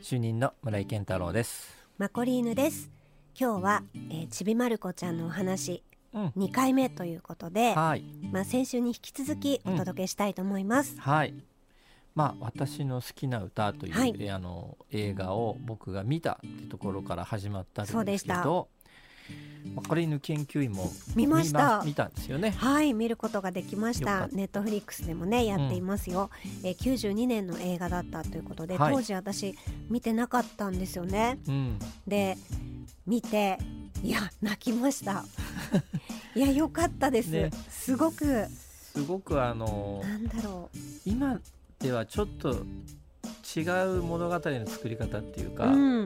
主任の村井健太郎です。 マコリーヌです。今日は、ちびまる子ちゃんのお話、2回目ということで、 はい、 先週に引き続きお届けしたいと思います。 はい、私の好きな歌という、 はい、 映画を僕が見たってところから始まったんですけど、 そうでした。 マコリーヌ研究員も見ました。 見たんですよね。 はい、見ることができました。ネットフリックスでもねやっていますよ。92年の映画だったということで、当時私見てなかったんですよね。で見て、いや泣きましたいや良かったです、ね、すごくなんだろう、 今ではちょっと違う物語の作り方っていうか、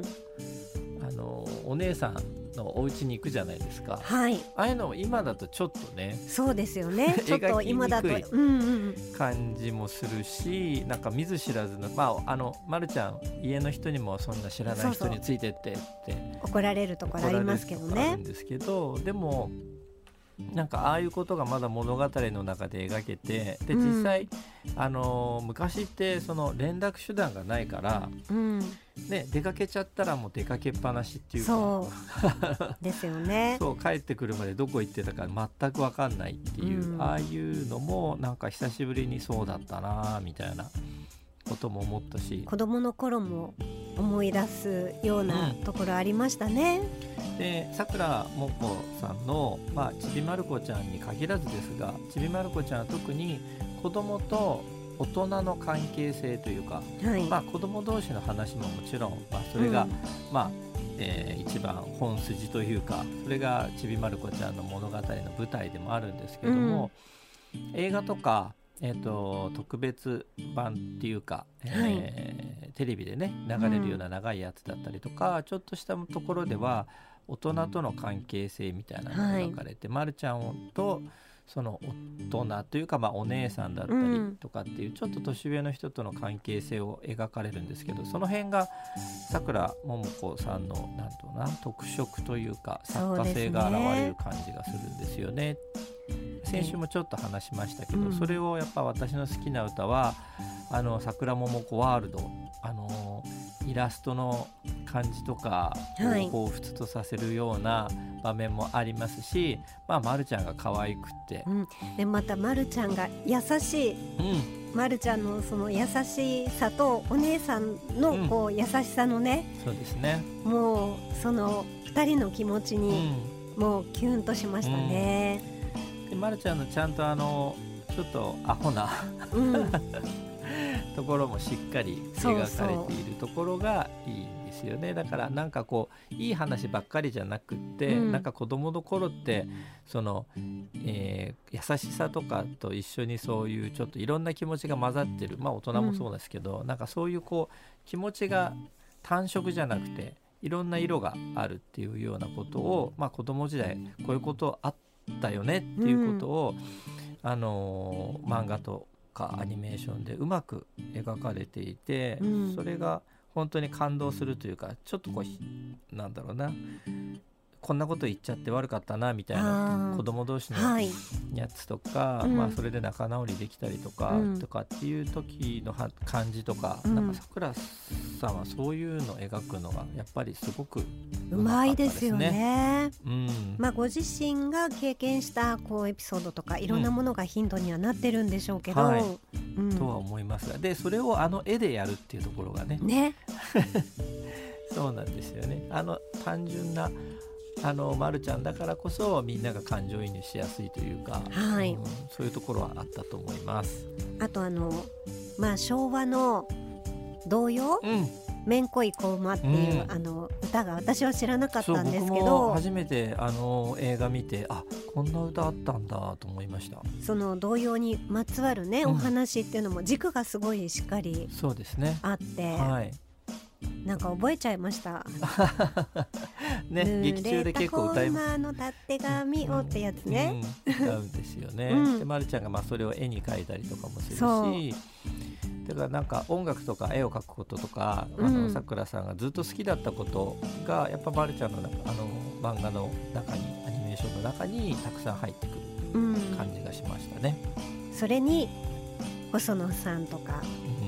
お姉さんのお家に行くじゃないですか、 はい、 ああいうのも今だとちょっとね、 そうですよねちょっと今だと感じもするし、なんか見ず知らずの、まるちゃん家の人にもそんな知らない人についてって怒られるところありますけどね。 あるんですけど、でもなんかああいうことがまだ物語の中で描けて、で実際、昔ってその連絡手段がないから、出かけちゃったらもう出かけっぱなしっていうか、 そうですよねそう帰ってくるまでどこ行ってたか全く分かんないっていう、ああいうのもなんか久しぶりにそうだったなみたいなことも思ったし、 子供の頃も思い出すようなところありましたね。 でさくらもこさんの、ちびまる子ちゃんに限らずですが、ちびまる子ちゃんは特に子供と大人の関係性というか、子供同士の話ももちろん、それが、一番本筋というか、それがちびまる子ちゃんの物語の舞台でもあるんですけども、映画とか特別版っていうか、テレビでね流れるような長いやつだったりとか、ちょっとしたところでは大人との関係性みたいなのが描かれて、まるちゃんとその大人というか、お姉さんだったりとかっていうちょっと年上の人との関係性を描かれるんですけど、その辺がさくらももこさんのなんとな特色というか作家性が現れる感じがするんですよね。先週もちょっと話しましたけど、それをやっぱ私の好きな歌は桜ももこワールド、イラストの感じとかを彷彿とさせるような場面もありますし、まるちゃんが可愛くって、 でまたまるちゃんが優しい、まるちゃんのその優しさとお姉さんのこう優しさのね、 そうですね、 もうその2人の気持ちにもうキュンとしましたね。 でまるちゃんのちゃんとちょっとアホなところもしっかり描かれているところがいいんですよね。だからなんかこういい話ばっかりじゃなくって、なんか子供の頃ってその、優しさとかと一緒にそういうちょっといろんな気持ちが混ざってる、大人もそうですけど、なんかそういうこう気持ちが単色じゃなくていろんな色があるっていうようなことを、子供時代こういうことあったよねっていうことを、漫画とかアニメーションでうまく描かれていて、それが本当に感動するというか、ちょっとこうなんだろうな、こんなこと言っちゃって悪かったなみたいな子供同士のやつとか、それで仲直りできたりとか、っていう時の感じとか、なんかさくらさんはそういうのを描くのがやっぱりすごくうまいですよね。ご自身が経験したこうエピソードとかいろんなものがヒントにはなってるんでしょうけど、 とは思いますが、でそれを絵でやるっていうところがねそうなんですよね。単純なまるちゃんだからこそみんなが感情移入しやすいというか、そういうところはあったと思います。 あと昭和の童謡、めんこいこ馬っていう、歌が私は知らなかったんですけど、 僕も初めて映画見て、こんな歌あったんだと思いました。 その童謡にまつわるね、お話っていうのも軸がすごいしっかりあって、なんか覚えちゃいました劇中で結構歌います。 濡れた子馬のたてがみをってやつね、 歌うんですよね。でまるちゃんがそれを絵に描いたりとかもするし、だからなんか音楽とか絵を描くこととか、さくらさんがずっと好きだったことがやっぱまるちゃんの漫画の中に、アニメーションの中にたくさん入ってくる感じがしましたね。 それに細野さんとか、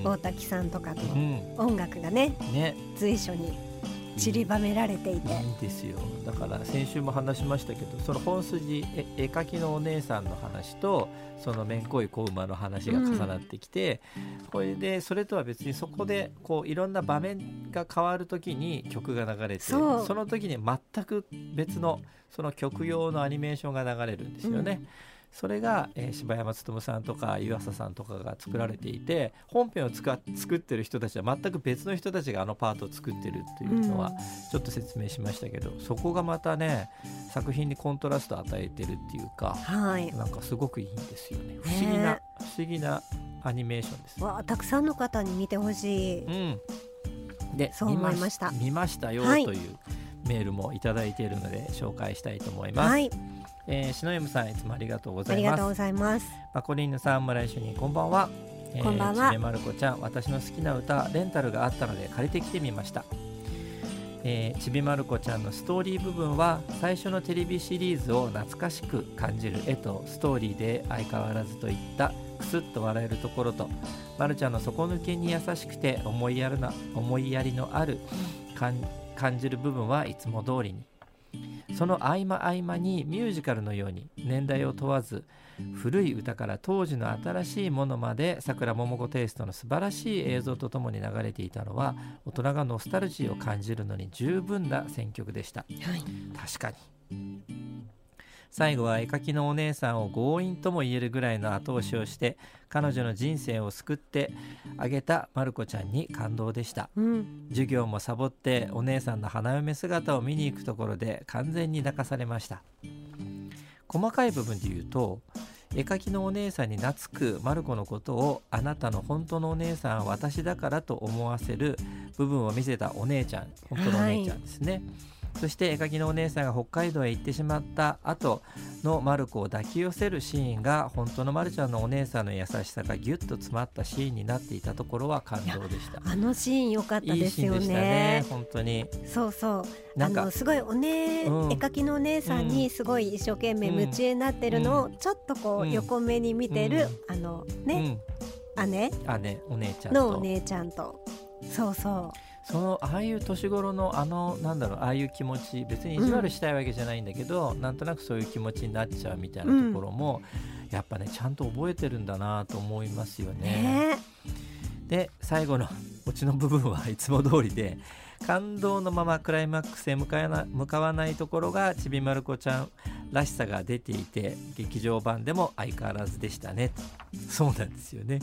大滝さんとかの音楽がね、随所に散りばめられていて、 いいんですよ。だから先週も話しましたけど、その本筋絵描きのお姉さんの話とそのめんこい子馬の話が重なってきて、これでそれとは別にそこでこういろんな場面が変わる時に曲が流れて、その時に全く別のその曲用のアニメーションが流れるんですよね。それが、柴山勉さんとか湯浅さんとかが作られていて、本編を作ってる人たちは全く別の人たちがあのパートを作ってるっていうのはちょっと説明しましたけど、そこがまたね作品にコントラストを与えてるっていうか、なんかすごくいいんですよね。不思議なアニメーションです。 たくさんの方に見てほしい、 でそう思いました。 見ましたよというメールもいただいているので紹介したいと思います。篠山さん、いつもありがとうございます。 ありがとうございます。 マコリーヌさん、村井主任、こんばんは。 こんばんは。 ちびまる子ちゃん、私の好きな歌レンタルがあったので借りてきてみました。ちびまる子ちゃんのストーリー部分は最初のテレビシリーズを懐かしく感じる絵とストーリーで相変わらずといったクスッと笑えるところと、まるちゃんの底抜けに優しくて思いやりのある感じる部分はいつも通りに、その合間合間にミュージカルのように年代を問わず古い歌から当時の新しいものまでさくらももこテイストの素晴らしい映像とともに流れていたのは、大人がノスタルジーを感じるのに十分な選曲でした。確かに。最後は絵描きのお姉さんを強引とも言えるぐらいの後押しをして彼女の人生を救ってあげたまる子ちゃんに感動でした、授業もサボってお姉さんの花嫁姿を見に行くところで完全に泣かされました。細かい部分で言うと、絵描きのお姉さんに懐くまる子のことをあなたの本当のお姉さんは私だからと思わせる部分を見せたお姉ちゃん、本当のお姉ちゃんですね、そして絵描きのお姉さんが北海道へ行ってしまった後のまる子を抱き寄せるシーンが本当のまるちゃんのお姉さんの優しさがギュッと詰まったシーンになっていたところは感動でした。 あのシーン良かったですよね。 いいシーンでしたね、本当に。 そうすごい絵描きのお姉さんにすごい一生懸命夢中になってるのをちょっとこう横目に見てる姉お姉ちゃんのお姉ちゃんと、 ああいう年頃のああいう気持ち、別に意地悪したいわけじゃないんだけど、なんとなくそういう気持ちになっちゃうみたいなところも、やっぱねちゃんと覚えてるんだなと思いますよね。で最後のオチの部分はいつも通りで、感動のままクライマックスへ向かわないところがちびまる子ちゃんらしさが出ていて、劇場版でも相変わらずでしたね。そうなんですよね。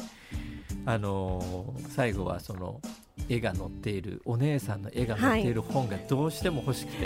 最後はその絵が載っているお姉さんの絵が載っている本がどうしても欲しくて、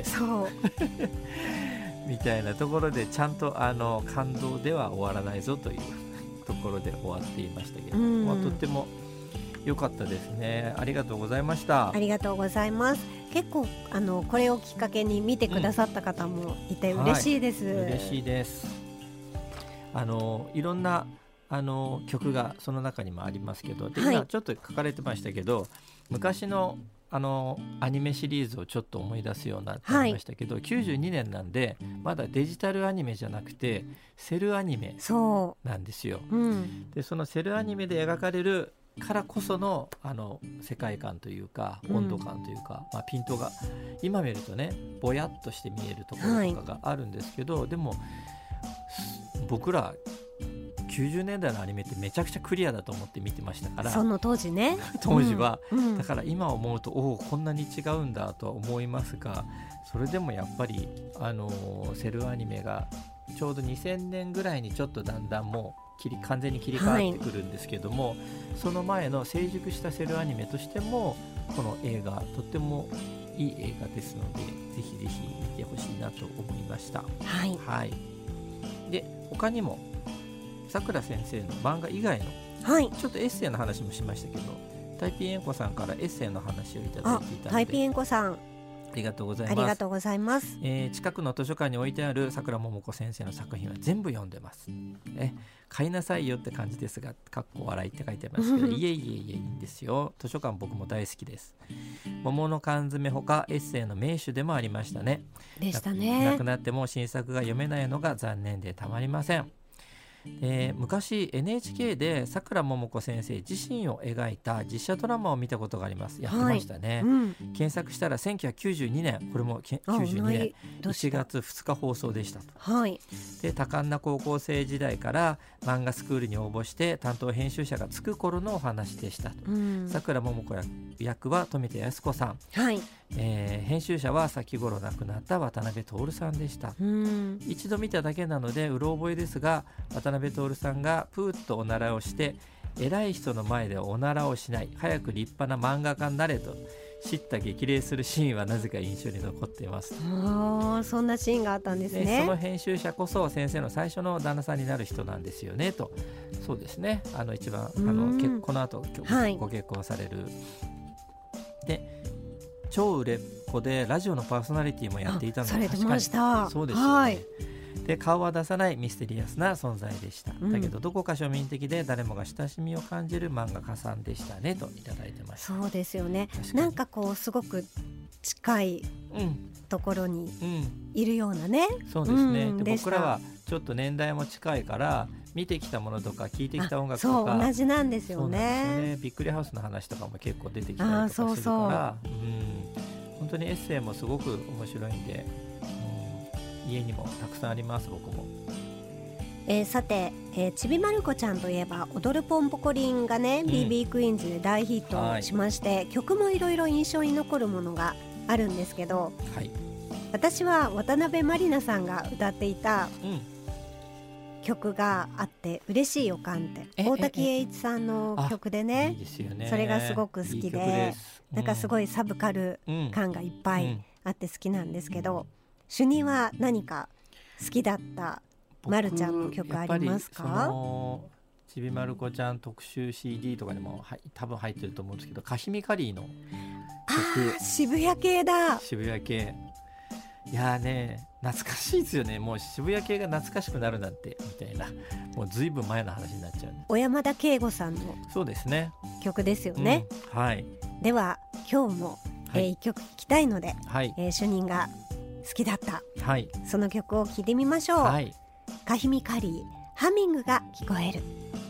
みたいなところでちゃんと感動では終わらないぞというところで終わっていましたけど、とっても良かったですね。ありがとうございました。 ありがとうございます。結構これをきっかけに見てくださった方もいて嬉しいです、 嬉しいです。いろんな曲がその中にもありますけど、で今ちょっと書かれてましたけど、昔のアニメシリーズをちょっと思い出すようになってましたけど、92年なんでまだデジタルアニメじゃなくてセルアニメなんですよ。でそのセルアニメで描かれるからこその世界観というか温度感というか、ピントが今見るとねぼやっとして見えるところとかがあるんですけど、でも僕ら90年代のアニメってめちゃくちゃクリアだと思って見てましたから、 その当時ね当時は、だから今思うとこんなに違うんだとは思いますが、それでもやっぱりセルアニメがちょうど2000年ぐらいにちょっとだんだんもう完全に切り替わってくるんですけども、その前の成熟したセルアニメとしてもこの映画とってもいい映画ですので、ぜひぜひ見てほしいなと思いました。で他にもさくら先生の漫画以外の、ちょっとエッセイの話もしましたけど、タイピーエンコさんからエッセイの話をいただいていたので、 タイピーエンコさんありがとうございます。 ありがとうございます。 近くの図書館に置いてあるさくらももこ先生の作品は全部読んでます。買いなさいよって感じですが、かっこ笑いって書いてますけどいえいいんですよ。図書館僕も大好きです。桃の缶詰ほかエッセイの名手でもありましたね。 でしたね。 亡くなっても新作が読めないのが残念でたまりません。 昔 NHK でさくらももこ先生自身を描いた実写ドラマを見たことがあります。やってましたね、検索したら1992年、これも92年1月2日放送でしたと。で多感な高校生時代から漫画スクールに応募して担当編集者がつく頃のお話でしたと。さくらももこ役は富田靖子さん、編集者は先頃亡くなった渡辺徹さんでした。一度見ただけなのでうろ覚えですが、渡辺徹さんがプーッとおならをして偉い人の前でおならをしない、早く立派な漫画家になれと叱咤激励するシーンはなぜか印象に残っています。 そんなシーンがあったんですね。 その編集者こそ先生の最初の旦那さんになる人なんですよねと。そうですね、一番この後、ご結婚される、で超売れっ子でラジオのパーソナリティもやっていたので、 されてました。 そうですよね、で顔は出さないミステリアスな存在でした、だけどどこか庶民的で誰もが親しみを感じる漫画家さんでしたねといただいてました。 そうですよね、なんかこうすごく近いところにいるようなね、 そうですね、で僕らはちょっと年代も近いから見てきたものとか聞いてきた音楽とかそう同じなんですよね。 びっくりハウスの話とかも結構出てきたりとかするから、本当にエッセイもすごく面白いんで、家にもたくさんあります。僕も、 さて、ちびまる子ちゃんといえば踊るポンポコリンがね、BB クイーンズで大ヒットしまして、曲もいろいろ印象に残るものがあるんですけど、私は渡辺満里奈さんが歌っていた曲があって嬉しい予感って大滝栄一さんの曲でね、 いいですよね、 それがすごく好きで、なんかすごいサブカル感がいっぱいあって好きなんですけど、主任は何か好きだったまるちゃんの曲ありますか？ ちびまる子ちゃん特集 CD とかにも多分入ってると思うんですけど、カヒミカリーの曲、 渋谷系だ。 渋谷系、いやね、懐かしいですよね。もう渋谷系が懐かしくなるなんてみたいな、もうずいぶん前の話になっちゃう、 小山田圭吾さんのそうですね曲ですよね、では今日も、一曲聴きたいので、主任が好きだった、その曲を聴いてみましょう、カヒミカリー、ハミングが聞こえる。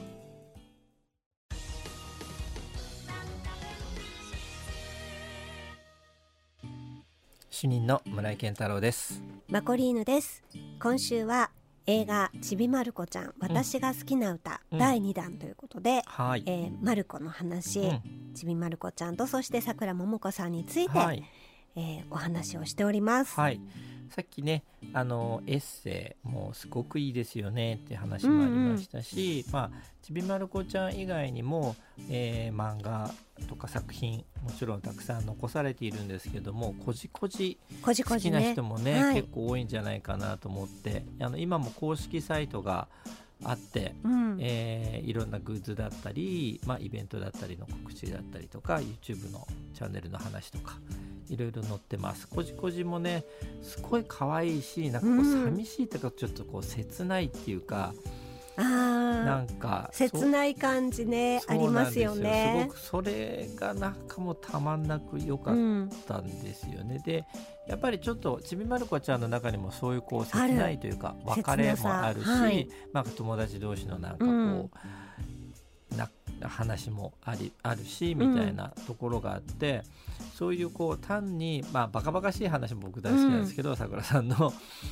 主任の村井健太郎です。 マコリーヌです。今週は映画ちびまる子ちゃん、私が好きな歌、第2弾ということで、まる子の話、ちびまる子ちゃんとそしてさくらももこさんについて、お話をしております。 さっきね、エッセイもすごくいいですよねって話もありましたし、ちびまる子ちゃん以外にも、漫画とか作品もちろんたくさん残されているんですけども、こじこじ好きな人もね、結構多いんじゃないかなと思って、今も公式サイトがあって、いろんなグッズだったり、イベントだったりの告知だったりとか YouTube のチャンネルの話とかいろいろ載ってます。こじこじもねすごい可愛いし、なんかこう寂しいとかちょっとこう切ないっていうか、なんか切ない感じね、ありますよね。 すごくそれがなんかもうたまんなく良かったんですよね、でやっぱりちょっとちびまる子ちゃんの中にもそういうこう切ないというか別れもあるし、友達同士のなんかこう、話もあるしみたいなところがあって、そういうこう単にバカバカしい話も僕大好きなんですけど、さくらさんの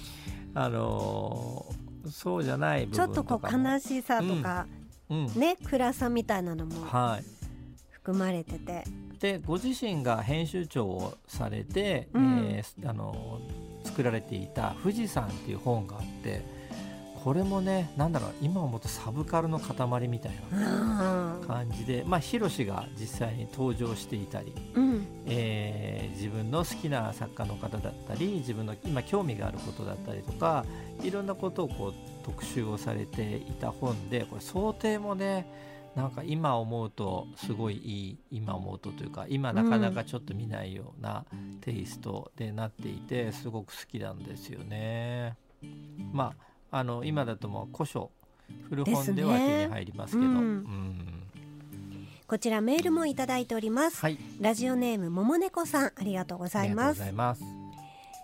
そうじゃない部分とかもちょっとこう悲しさとか、ね、暗さみたいなのも含まれてて、 でご自身が編集長をされて、作られていた富士山っていう本があって、これもね、なんだろう、今思うとサブカルの塊みたいな感じで、ヒロシが実際に登場していたり、自分の好きな作家の方だったり、自分の今興味があることだったりとか、いろんなことをこう特集をされていた本で、これ想定もね、なんか今思うとすごいいい、今思うとというか今なかなかちょっと見ないようなテイストでなっていて、すごく好きなんですよね。今だともう古書古本では手に入りますけど、 こちらメールもいただいております、ラジオネームももねこさん、ありがとうございます。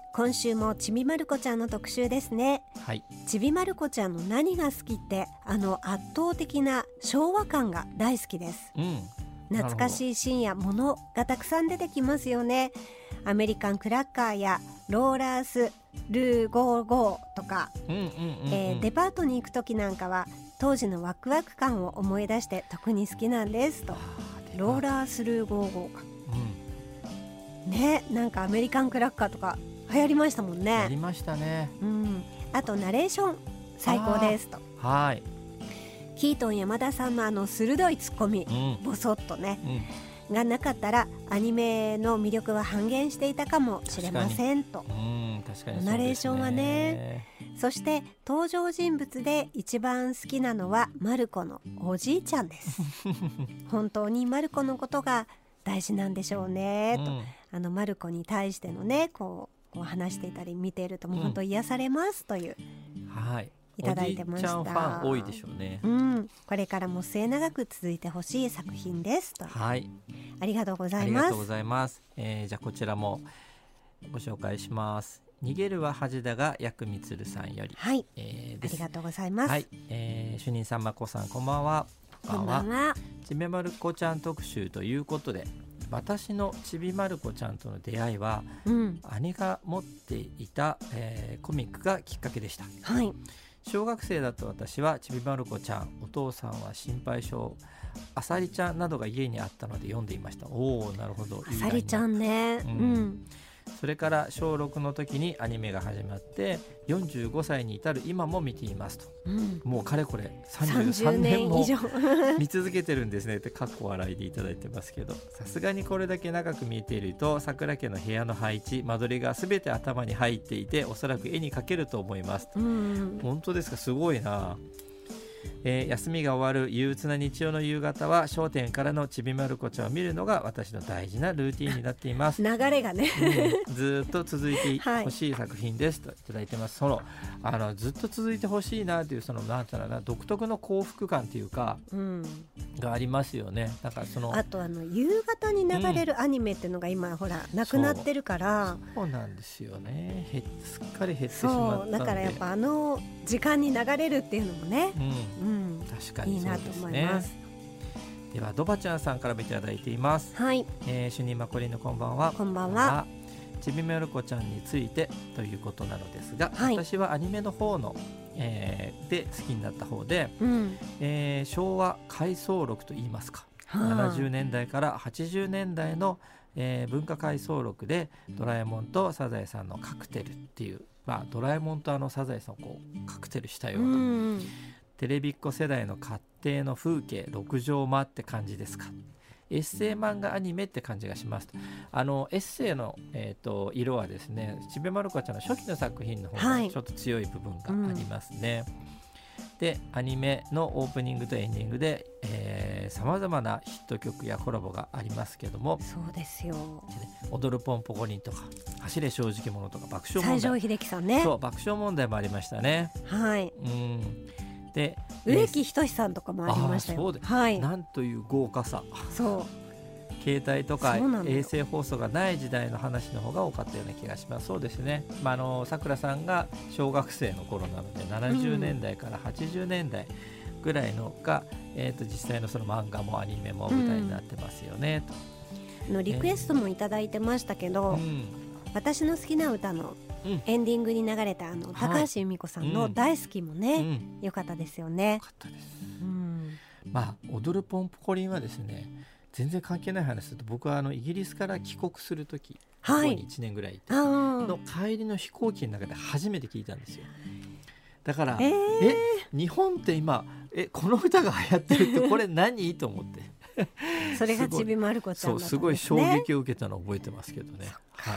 今週もちびまる子ちゃんの特集ですね。 はい、 ちびまる子ちゃんの何が好きって、圧倒的な昭和感が大好きです、懐かしいシーンやものがたくさん出てきますよね。アメリカンクラッカーやローラースルー55とか、デパートに行く時なんかは当時のワクワク感を思い出して特に好きなんですと。ローラースルー55か、ね、なんかアメリカンクラッカーとか流行りましたもんね。 ありましたね、 あとナレーション最高ですと。 はい、 キートン山田さんの鋭いツッコミ、ボソッとね、がなかったらアニメの魅力は半減していたかもしれませんと。 確かにそうですね、 ナレーションはね。そして登場人物で一番好きなのはマルコのおじいちゃんです本当にマルコのことが大事なんでしょうね、とマルコに対してのねこう話していたり見ているともう本当癒されますという、いただいてました。 おじいちゃんファン多いでしょうね、 これからも末永く続いてほしい作品ですと。ありがとうございます。 ありがとうございます。じゃあこちらもご紹介します。逃げるは恥だが薬味つるさんより、 ありがとうございます。 主任さんまこさんこんばんは。 こんばんは。 ちびまる子ちゃん特集ということで、私のちびまる子ちゃんとの出会いは、姉が持っていた、コミックがきっかけでした。小学生だった私はちびまる子ちゃん、お父さんは心配性、あさりちゃんなどが家にあったので読んでいました。おー、なるほど。 あさりちゃんね、 それから小6の時にアニメが始まって45歳に至る今も見ていますと、もうかれこれ33年も見続けてるんですねってかっこ笑いでいただいてますけど、さすがにこれだけ長く見えているとさくら家の部屋の配置、間取りが全て頭に入っていておそらく絵に描けると思いますと、本当ですか、すごいな。休みが終わる憂鬱な日曜の夕方は笑点からのちびまる子ちゃんを見るのが私の大事なルーティンになっています流れがね、 ずっと続いてほしい作品ですといただいてます。ずっと続いてほしいなというなんていうのかな、独特の幸福感というか、がありますよね。だからあと夕方に流れるアニメっていうのが今ほらなくなってるから、 そうなんですよね。すっかり減ってしまったんで、 だからやっぱ時間に流れるっていうのもね、 確かにいいなと思います。 ではドバちゃんさんからもいただいています。主任まこりんのこんばんは。 こんばんは。 ちびまる子ちゃんについてということなのですが、私はアニメの方の、で好きになった方で、昭和回想録といいますか、70年代から80年代の、文化回想録でドラえもんとサザエさんのカクテルっていう、ドラえもんとサザエさんをこうカクテルしたような、テレビっ子世代の家庭の風景6畳間って感じですか。エッセイ漫画アニメって感じがします。エッセイの、色はですね、ちびまる子ちゃんの初期の作品の方がちょっと強い部分がありますね。でアニメのオープニングとエンディングでさまざまなヒット曲やコラボがありますけども、 そうですよ、 踊るポンポコリンとか走れ正直者とか爆笑問題、 西城秀樹さんね、 そう爆笑問題もありましたね。で植木仁さんとかもありましたよ。 なんという豪華さ。 そう携帯とか衛星放送がない時代の話の方が多かったような気がします。そうですね、さくらさんが小学生の頃なので70年代から80年代ぐらいのが、実際のその漫画もアニメも舞台になってますよね、 リクエストもいただいてましたけど、私の好きな歌のエンディングに流れた高橋由美子さんの大好きもね、良かったですよね。 良かったです。踊るポンポコリンはですね、全然関係ない話すると、僕はイギリスから帰国するとき、ここに1年ぐらいいての帰りの飛行機の中で初めて聞いたんですよ。だから、日本って今この歌が流行ってるってこれ何と思ってそれがちびまる子ちゃんだったんですね。 すごい衝撃を受けたのを覚えてますけどね。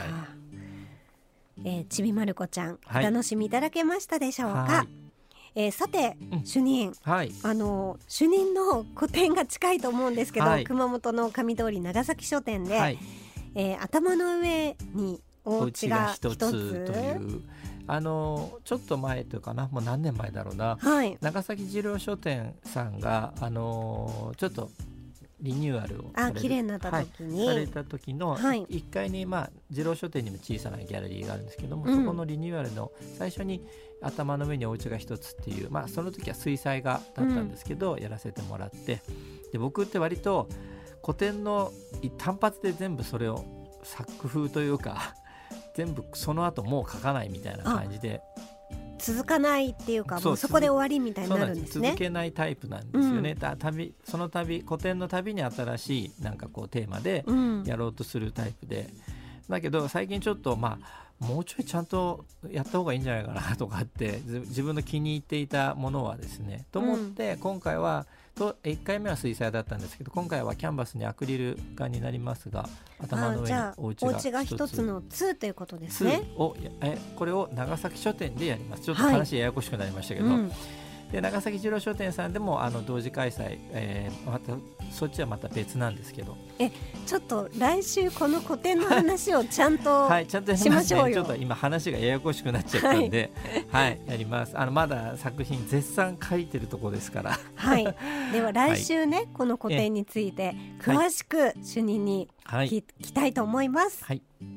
ちびまる子ちゃん、お楽しみいただけましたでしょうか。さて、主任、主任の個展が近いと思うんですけど、熊本の上通り長崎書店で、頭の上にお家が一つという、 ちょっと前というかな、もう何年前だろうな、長崎二郎書店さんがちょっとリニューアルを綺麗になった時に、 された時の1階に、二郎書店にも小さなギャラリーがあるんですけども、そこのリニューアルの最初に頭の上にお家が一つっていう、その時は水彩画だったんですけど、やらせてもらって、で僕って割と古典の単発で全部それを作風というか全部その後もう書かないみたいな感じで続かないっていうか、もうそこで終わりみたいになるんですね。 続けないタイプなんですよね。その度古典の旅に新しいなんかこうテーマでやろうとするタイプで、だけど最近ちょっともうちょいちゃんとやった方がいいんじゃないかなとかって自分の気に入っていたものはですねと思って、今回は1回目は水彩だったんですけど、今回はキャンバスにアクリル画になりますが、頭の上にお家が一つの2ということですね。 これを長崎書店でやります。ちょっと話ややこしくなりましたけど、で長崎二郎書店さんでも同時開催、またそっちはまた別なんですけど、 ちょっと来週この古典の話をちゃんとしましょうよ。 ちょっと今話がややこしくなっちゃったんで、やります。まだ作品絶賛書いてるところですから、 では来週ね、この古典について詳しく主任に聞きたいと思います。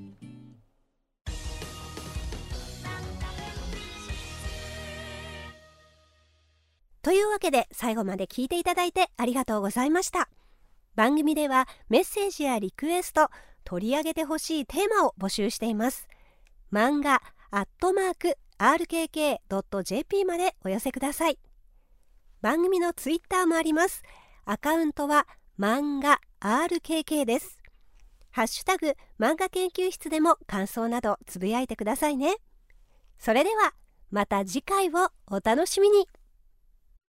というわけで最後まで聞いていただいてありがとうございました。番組ではメッセージやリクエスト、取り上げてほしいテーマを募集しています。漫画@rkk.jp までお寄せください。番組のツイッターもあります。アカウントは漫画 RKK です。ハッシュタグ漫画研究室でも感想などつぶやいてくださいね。それではまた次回をお楽しみに。